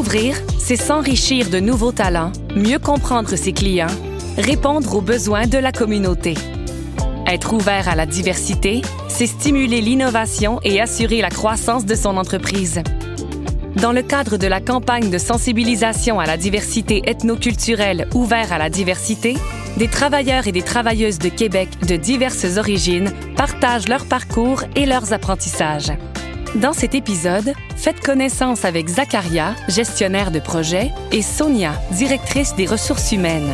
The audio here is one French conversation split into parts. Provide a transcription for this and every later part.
S'ouvrir, c'est s'enrichir de nouveaux talents, mieux comprendre ses clients, répondre aux besoins de la communauté. Être ouvert à la diversité, c'est stimuler l'innovation et assurer la croissance de son entreprise. Dans le cadre de la campagne de sensibilisation à la diversité ethnoculturelle Ouvert à la diversité, des travailleurs et des travailleuses de Québec de diverses origines partagent leur parcours et leurs apprentissages. Dans cet épisode, faites connaissance avec Zacharia, gestionnaire de projet, et Sonia, directrice des ressources humaines.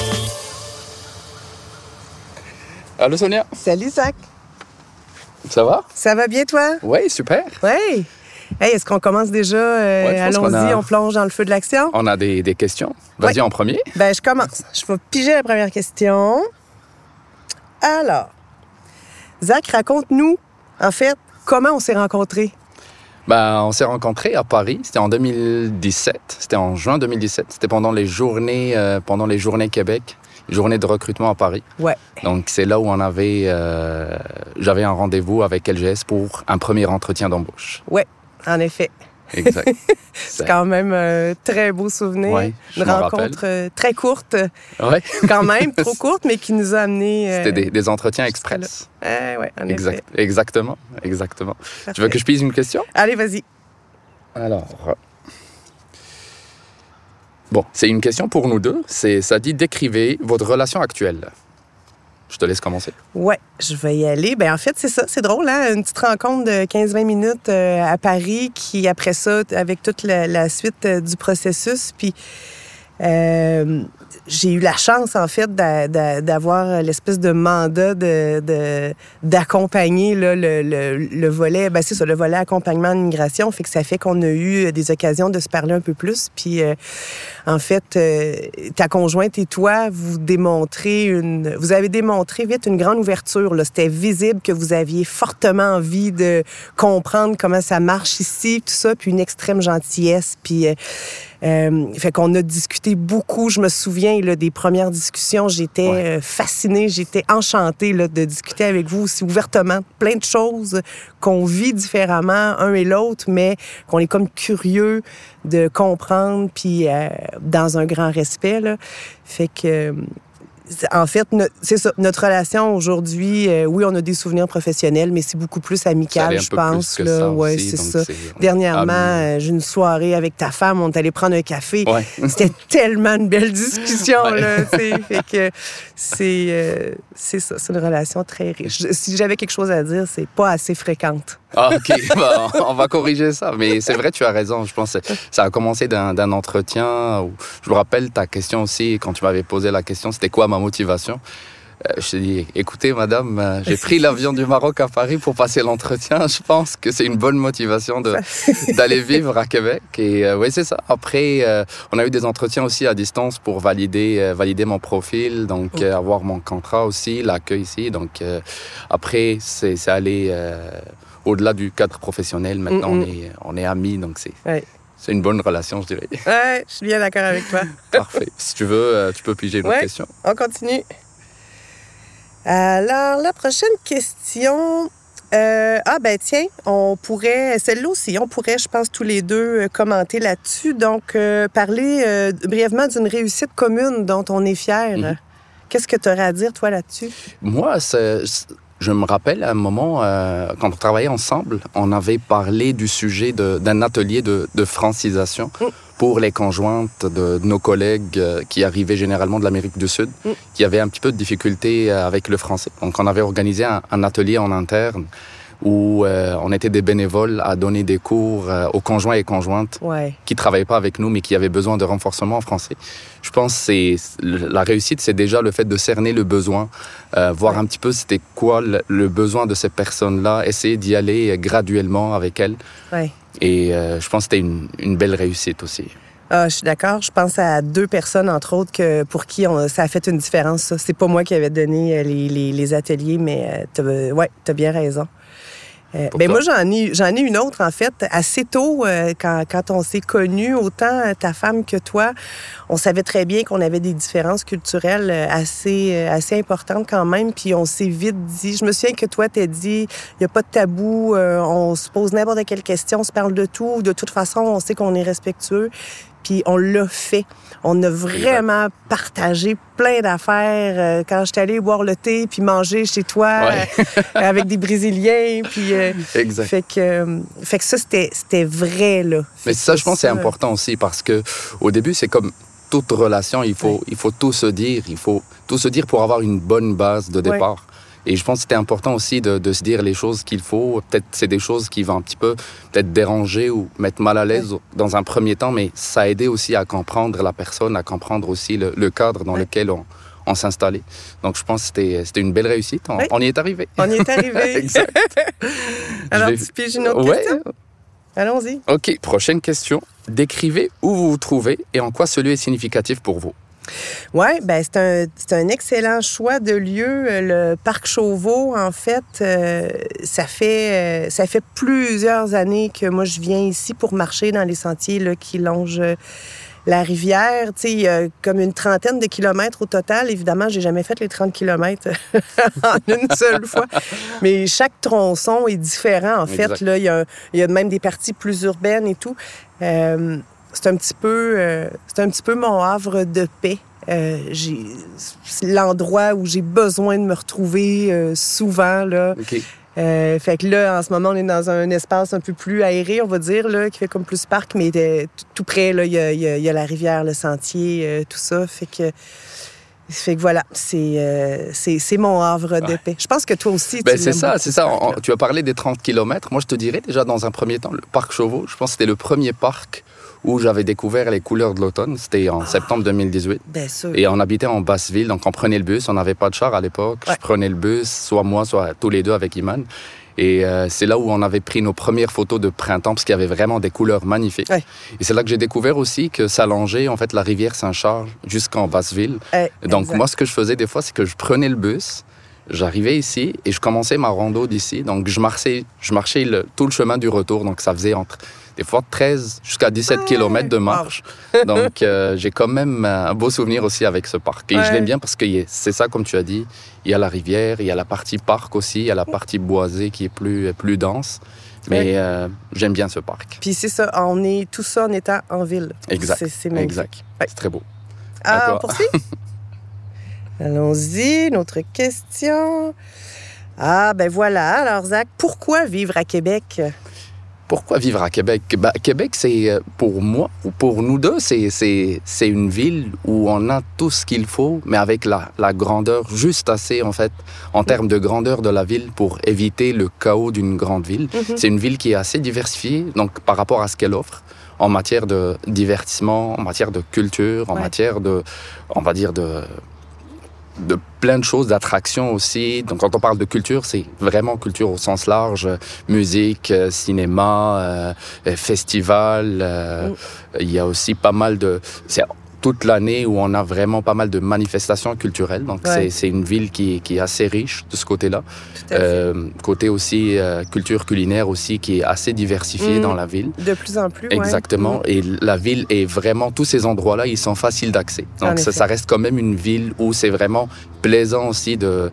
Allô Sonia? Salut Zach. Ça va? Ça va bien toi? Oui, super. Oui. Hey, est-ce qu'on commence déjà? Allons-y, on plonge dans le feu de l'action. On a des questions. Vas-y en premier. Ben, je commence. Je vais piger la première question. Alors, Zach, raconte-nous, en fait, comment on s'est rencontrés? On s'est rencontrés à Paris. C'était en 2017. C'était en juin 2017. C'était pendant les journées Québec, journée de recrutement à Paris. Ouais. Donc, c'est là où j'avais un rendez-vous avec LGS pour un premier entretien d'embauche. Ouais, en effet. Exact. C'est quand même un très beau souvenir. Ouais, une rencontre très courte. Ouais. Quand même, trop courte, mais qui nous a amenés... C'était des entretiens express. Oui, en effet. Exactement. Parfait. Tu veux que je pise une question? Allez, vas-y. Alors... Bon, c'est une question pour nous deux. Ça dit décrivez votre relation actuelle. Je te laisse commencer. Ouais, je vais y aller. En fait, c'est ça. C'est drôle, hein? Une petite rencontre de 15-20 minutes à Paris qui, après ça, avec toute la suite du processus, puis j'ai eu la chance, en fait, d'avoir l'espèce de mandat d'accompagner là, le volet, c'est ça, le volet accompagnement en immigration. Fait que ça fait qu'on a eu des occasions de se parler un peu plus. Puis, en fait, ta conjointe et toi, vous avez démontré vite une grande ouverture. Là. C'était visible que vous aviez fortement envie de comprendre comment ça marche ici, tout ça, puis une extrême gentillesse. Puis, fait qu'on a discuté beaucoup. Je me souviens là, des premières discussions. J'étais fascinée, j'étais enchantée là, de discuter avec vous aussi ouvertement. Plein de choses qu'on vit différemment un et l'autre, mais qu'on est comme curieux de comprendre, puis dans un grand respect. Là. Fait que... En fait, c'est ça. Notre relation aujourd'hui, oui, on a des souvenirs professionnels, mais c'est beaucoup plus amical, je pense. Plus que là. ça Ouais, aussi, c'est donc ça. Dernièrement, j'ai une soirée avec ta femme, on est allé prendre un café. Ouais. C'était tellement une belle discussion, là. Fait que c'est ça. C'est une relation très riche. Si j'avais quelque chose à dire, c'est pas assez fréquente. Ah, OK. On va corriger ça. Mais c'est vrai, tu as raison. Je pense que ça a commencé d'un entretien où, je me rappelle ta question aussi, quand tu m'avais posé la question, c'était quoi ma motivation? Je t'ai dit, écoutez, madame, j'ai pris l'avion du Maroc à Paris pour passer l'entretien. Je pense que c'est une bonne motivation d'aller vivre à Québec. Et oui, c'est ça. Après, on a eu des entretiens aussi à distance pour valider mon profil, donc avoir mon contrat aussi, l'accueil ici. Donc après, c'est allé... au-delà du cadre professionnel, maintenant, on est amis, donc c'est une bonne relation, je dirais. Oui, je suis bien d'accord avec toi. Parfait. Si tu veux, tu peux piger une autre question. On continue. Alors, la prochaine question... tiens, on pourrait... Celle-là aussi, on pourrait, je pense, tous les deux commenter là-dessus. Donc, parler brièvement d'une réussite commune dont on est fiers. Mm-hmm. Qu'est-ce que tu aurais à dire, toi, là-dessus? Moi, je me rappelle à un moment, quand on travaillait ensemble, on avait parlé du sujet d'un atelier de francisation pour les conjointes de nos collègues qui arrivaient généralement de l'Amérique du Sud, qui avaient un petit peu de difficulté avec le français. Donc, on avait organisé un atelier en interne où on était des bénévoles à donner des cours aux conjoints et conjointes qui ne travaillaient pas avec nous, mais qui avaient besoin de renforcement en français. Je pense que la réussite, c'est déjà le fait de cerner le besoin, voir un petit peu c'était quoi le besoin de ces personnes-là, essayer d'y aller graduellement avec elles. Ouais. Et je pense que c'était une belle réussite aussi. Ah, je suis d'accord. Je pense à 2 personnes, entre autres, pour qui ça a fait une différence. Ça. C'est pas moi qui avais donné les ateliers, mais t'as bien raison. Moi, j'en ai une autre, en fait. Assez tôt, quand on s'est connus, autant ta femme que toi, on savait très bien qu'on avait des différences culturelles assez importantes quand même. Puis on s'est vite dit... Je me souviens que toi, t'as dit, il n'y a pas de tabou, on se pose n'importe quelle question, on se parle de tout. De toute façon, on sait qu'on est respectueux. Puis on l'a fait. On a vraiment partagé plein d'affaires. Quand j'étais allée boire le thé puis manger chez toi avec des Brésiliens. Puis, exact. Fait que ça, c'était vrai, là. Mais ça, je pense, c'est important aussi parce que au début, c'est comme toute relation, il faut tout se dire. Il faut tout se dire pour avoir une bonne base de départ. Et je pense que c'était important aussi de se dire les choses qu'il faut. Peut-être c'est des choses qui vont un petit peu peut-être déranger ou mettre mal à l'aise dans un premier temps, mais ça a aidé aussi à comprendre la personne, à comprendre aussi le cadre dans lequel on s'installait. Donc je pense que c'était une belle réussite. On y est arrivé. On y est arrivé. Exact. Alors, tu piges une autre question? Allons-y. OK, prochaine question. Décrivez où vous vous trouvez et en quoi ce lieu est significatif pour vous. Oui, bien, c'est un excellent choix de lieu. Le Parc Chauveau, en fait, ça fait plusieurs années que moi, je viens ici pour marcher dans les sentiers là, qui longent la rivière. Tu sais, il y a comme une trentaine de kilomètres au total. Évidemment, j'ai jamais fait les 30 kilomètres en une seule fois. Mais chaque tronçon est différent, en fait. Là, il y a même des parties plus urbaines et tout. C'est un petit peu mon havre de paix. C'est l'endroit où j'ai besoin de me retrouver souvent. Là. Okay. Fait que là, en ce moment, on est dans un espace un peu plus aéré, on va dire, là, qui fait comme plus parc, mais tout près, là, il y a la rivière, le sentier, tout ça. Fait que voilà, c'est mon havre de paix. Je pense que toi aussi, tu c'est ça. Tu as parlé des 30 km. Moi, je te dirais déjà, dans un premier temps, le Parc Chauveau, je pense que c'était le premier parc où j'avais découvert les couleurs de l'automne. C'était en septembre 2018. Bien sûr. Et on habitait en Basse-Ville, donc on prenait le bus. On n'avait pas de char à l'époque. Je prenais le bus, soit moi, soit tous les deux avec Iman. Et c'est là où on avait pris nos premières photos de printemps, parce qu'il y avait vraiment des couleurs magnifiques. Ouais. Et c'est là que j'ai découvert aussi que ça longeait, en fait, la rivière Saint-Charles jusqu'en Basse-Ville. Donc moi, ce que je faisais des fois, c'est que je prenais le bus, j'arrivais ici et je commençais ma rando d'ici. Donc je marchais tout le chemin du retour. Donc ça faisait des fois 13 jusqu'à 17 km de marche. Donc, j'ai quand même un beau souvenir aussi avec ce parc. Et je l'aime bien parce que c'est ça, comme tu as dit, il y a la rivière, il y a la partie parc aussi, il y a la partie boisée qui est plus dense. Mais j'aime bien ce parc. Puis c'est ça, tout ça en étant en ville. Exact, c'est magnifique. Exact. C'est très beau. On poursuit? Allons-y, une autre question. Ben voilà. Alors, Zach, pourquoi vivre à Québec? Pourquoi vivre à Québec? Québec, c'est, pour moi, ou pour nous deux, c'est une ville où on a tout ce qu'il faut, mais avec la grandeur juste assez, en fait, en termes de grandeur de la ville pour éviter le chaos d'une grande ville. Mm-hmm. C'est une ville qui est assez diversifiée, donc par rapport à ce qu'elle offre, en matière de divertissement, en matière de culture, en matière on va dire, de plein de choses, d'attractions aussi. Donc, quand on parle de culture, c'est vraiment culture au sens large. Musique, cinéma, festival. Il y a aussi pas mal c'est toute l'année où on a vraiment pas mal de manifestations culturelles. Donc, c'est une ville qui est assez riche de ce côté-là. Côté aussi culture culinaire aussi, qui est assez diversifiée dans la ville. De plus en plus, exactement. Et la ville est vraiment... Tous ces endroits-là, ils sont faciles d'accès. Donc, ça reste quand même une ville où c'est vraiment plaisant aussi de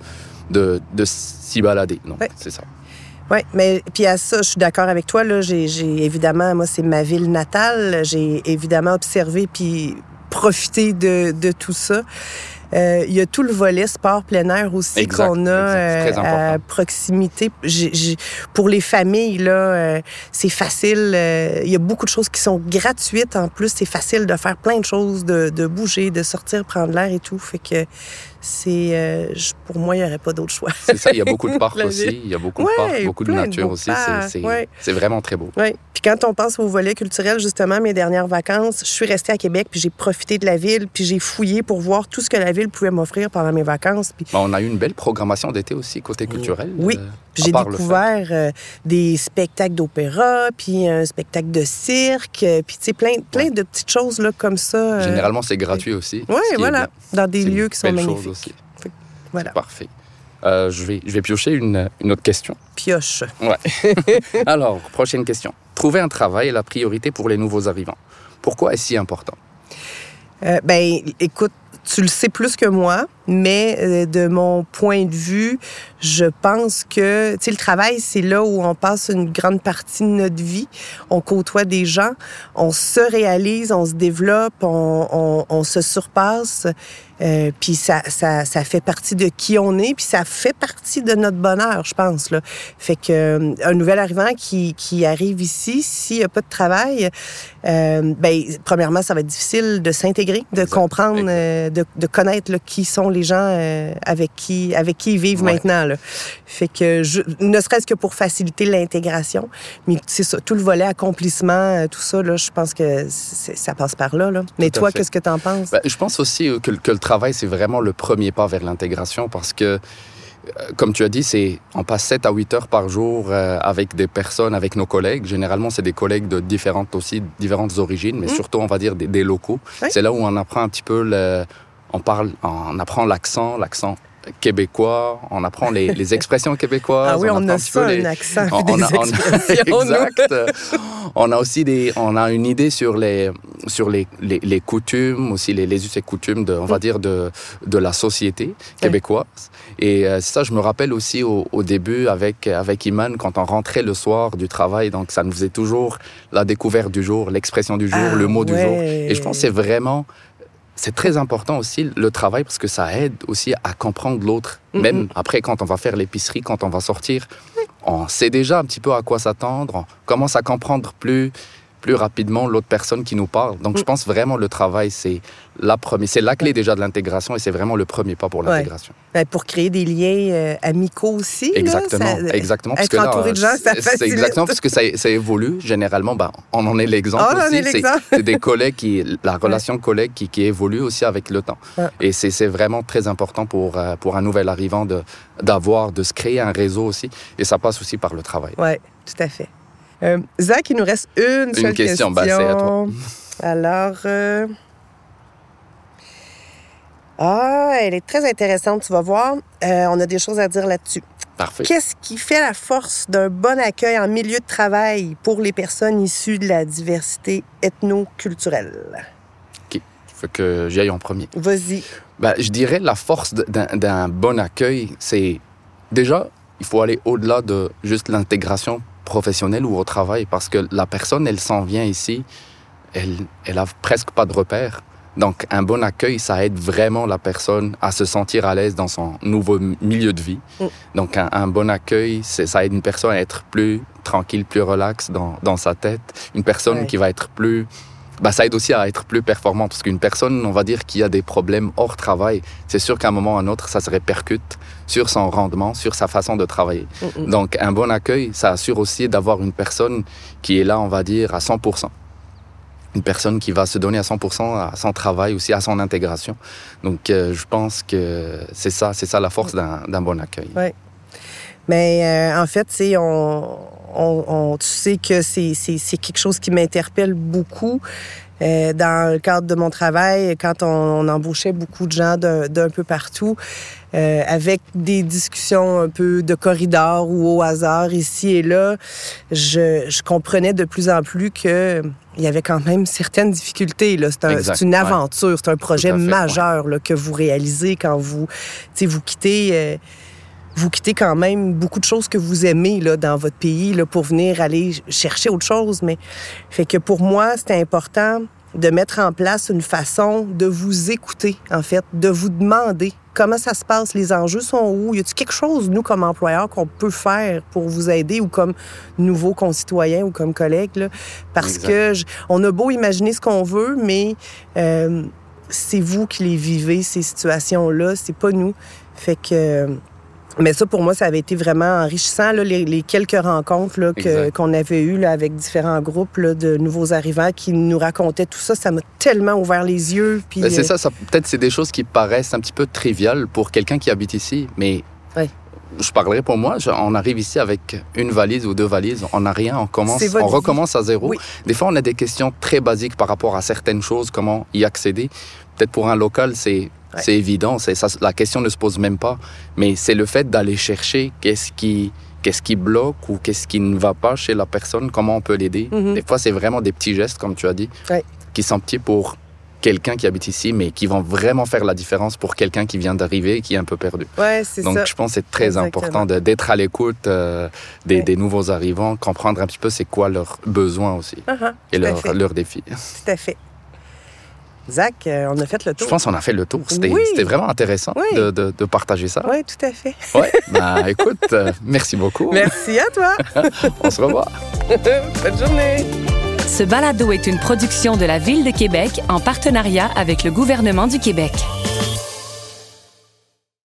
s'y balader. Donc, c'est ça. Oui, mais puis à ça, je suis d'accord avec toi. Là, j'ai évidemment... Moi, c'est ma ville natale. J'ai évidemment observé puis profiter de tout ça. Il y a tout le volet sport plein air aussi qu'on a à proximité. Pour les familles, là, c'est facile. Il y a beaucoup de choses qui sont gratuites en plus. C'est facile de faire plein de choses, de bouger, de sortir, prendre l'air et tout. Fait que pour moi, il n'y aurait pas d'autre choix. C'est ça, il y a beaucoup de parcs aussi. Il y a beaucoup de parcs, beaucoup de nature aussi. C'est vraiment très beau. Oui. Puis quand on pense au volet culturel, justement, mes dernières vacances, je suis restée à Québec, puis j'ai profité de la ville, puis j'ai fouillé pour voir tout ce que la ville pouvait m'offrir pendant mes vacances. Puis... on a eu une belle programmation d'été aussi, côté culturel. Oui. J'ai découvert des spectacles d'opéra, puis un spectacle de cirque, puis tu sais, plein de petites choses là, comme ça. Généralement, c'est gratuit aussi. Oui, voilà. Dans des lieux qui sont magnifiques. Aussi. Voilà. C'est parfait. Je vais piocher une autre question. Pioche. Ouais. Alors, prochaine question. Trouver un travail est la priorité pour les nouveaux arrivants. Pourquoi est-ce si important? Écoute, tu le sais plus que moi, mais de mon point de vue, je pense que, tu sais, le travail, c'est là où on passe une grande partie de notre vie. On côtoie des gens, on se réalise, on se développe, on se surpasse. Puis ça fait partie de qui on est, puis ça fait partie de notre bonheur, je pense, là. Fait que un nouvel arrivant qui arrive ici, s'il n'y a pas de travail, premièrement, ça va être difficile de s'intégrer, de comprendre, de connaître là, qui sont les gens avec qui ils vivent maintenant, là. Fait que, ne serait-ce que pour faciliter l'intégration, mais c'est ça, tout le volet accomplissement, tout ça, là, je pense que ça passe par là, là. Mais toi, qu'est-ce que tu en penses? Je pense aussi que le travail, c'est vraiment le premier pas vers l'intégration parce que, comme tu as dit, on passe 7 à 8 heures par jour avec des personnes, avec nos collègues. Généralement, c'est des collègues de différentes origines, mais surtout, on va dire, des locaux. Oui. C'est là où on apprend un petit peu on apprend l'accent québécois, on apprend les expressions québécoises. Ah oui, on a ça, un accent, des expressions. Exact. On a aussi on a une idée sur les coutumes, aussi les us et coutumes on va dire, de la société québécoise. Et ça, je me rappelle aussi au début avec Iman, quand on rentrait le soir du travail, donc ça nous faisait toujours la découverte du jour, l'expression du jour, le mot du jour. Et je pense que c'est très important aussi, le travail, parce que ça aide aussi à comprendre l'autre. Même après, quand on va faire l'épicerie, quand on va sortir, on sait déjà un petit peu à quoi s'attendre. On commence à comprendre plus rapidement l'autre personne qui nous parle. Donc, je pense vraiment le travail, c'est la clé déjà de l'intégration et c'est vraiment le premier pas pour l'intégration. Ouais. Pour créer des liens amicaux aussi. Exactement. Là, exactement. Être entouré de gens, ça facilite. C'est exactement parce que ça évolue. Généralement, on en est l'exemple aussi. C'est des collègues la relation collègue qui évolue aussi avec le temps. Ouais. Et c'est vraiment très important pour un nouvel arrivant de se créer un réseau aussi. Et ça passe aussi par le travail. Oui, tout à fait. Zach, il nous reste une seule question. C'est à toi. Alors, elle est très intéressante, tu vas voir. On a des choses à dire là-dessus. Parfait. Qu'est-ce qui fait la force d'un bon accueil en milieu de travail pour les personnes issues de la diversité ethno-culturelle? OK. Il faut que j'y aille en premier. Vas-y. Je dirais la force d'un bon accueil, c'est déjà, il faut aller au-delà de juste l'intégration professionnelle ou au travail, parce que la personne, elle s'en vient ici, elle a presque pas de repères. Donc, un bon accueil, ça aide vraiment la personne à se sentir à l'aise dans son nouveau milieu de vie. Donc, un bon accueil, ça aide une personne à être plus tranquille, plus relaxe dans sa tête. Une personne qui va être plus... ça aide aussi à être plus performant, parce qu'une personne, on va dire, qui a des problèmes hors travail, c'est sûr qu'à un moment ou à un autre, ça se répercute sur son rendement, sur sa façon de travailler. Donc, un bon accueil, ça assure aussi d'avoir une personne qui est là, on va dire, à 100%. Une personne qui va se donner à 100% à son travail, aussi à son intégration. Donc, je pense que c'est ça la force d'un bon accueil. Oui. Mais en fait, tu sais, tu sais que c'est quelque chose qui m'interpelle beaucoup. Dans le cadre de mon travail, quand on embauchait beaucoup de gens d'un peu partout, avec des discussions un peu de corridor ou au hasard ici et là, je comprenais de plus en plus qu'il y avait quand même certaines difficultés. Là. C'est une aventure, c'est un projet majeur là, que vous réalisez quand vous quittez... Vous quittez quand même beaucoup de choses que vous aimez là, dans votre pays là, pour venir aller chercher autre chose. Mais fait que pour moi, c'était important de mettre en place une façon de vous écouter, en fait, de vous demander comment ça se passe, les enjeux sont où, y a-t-il quelque chose, nous, comme employeurs, qu'on peut faire pour vous aider ou comme nouveaux concitoyens ou comme collègues, là, parce que on a beau imaginer ce qu'on veut, mais c'est vous qui les vivez, ces situations-là, c'est pas nous. Fait que... Mais ça, pour moi, ça avait été vraiment enrichissant, là, les quelques rencontres là, qu'on avait eues là, avec différents groupes là, de nouveaux arrivants qui nous racontaient tout ça. Ça m'a tellement ouvert les yeux. Puis, c'est ça, peut-être c'est des choses qui paraissent un petit peu triviales pour quelqu'un qui habite ici, mais je parlerai pour moi. On arrive ici avec une valise ou deux valises, on n'a rien, on recommence à zéro. Oui. Des fois, on a des questions très basiques par rapport à certaines choses, comment y accéder. Peut-être pour un local, c'est Ouais. C'est évident, la question ne se pose même pas. Mais c'est le fait d'aller chercher qu'est-ce qui bloque ou qu'est-ce qui ne va pas chez la personne, comment on peut l'aider. Mm-hmm. Des fois, c'est vraiment des petits gestes, comme tu as dit, qui sont petits pour quelqu'un qui habite ici, mais qui vont vraiment faire la différence pour quelqu'un qui vient d'arriver et qui est un peu perdu. Ouais, c'est Donc, ça. je pense que c'est très important d'être à l'écoute des nouveaux arrivants, comprendre un petit peu c'est quoi leurs besoins aussi et leurs défis. Tout à fait. Zach, on a fait le tour. Je pense qu'on a fait le tour. C'était vraiment intéressant de partager ça. Oui, tout à fait. Oui, écoute, merci beaucoup. Merci à toi. On se revoit. Bonne journée. Ce balado est une production de la Ville de Québec en partenariat avec le gouvernement du Québec.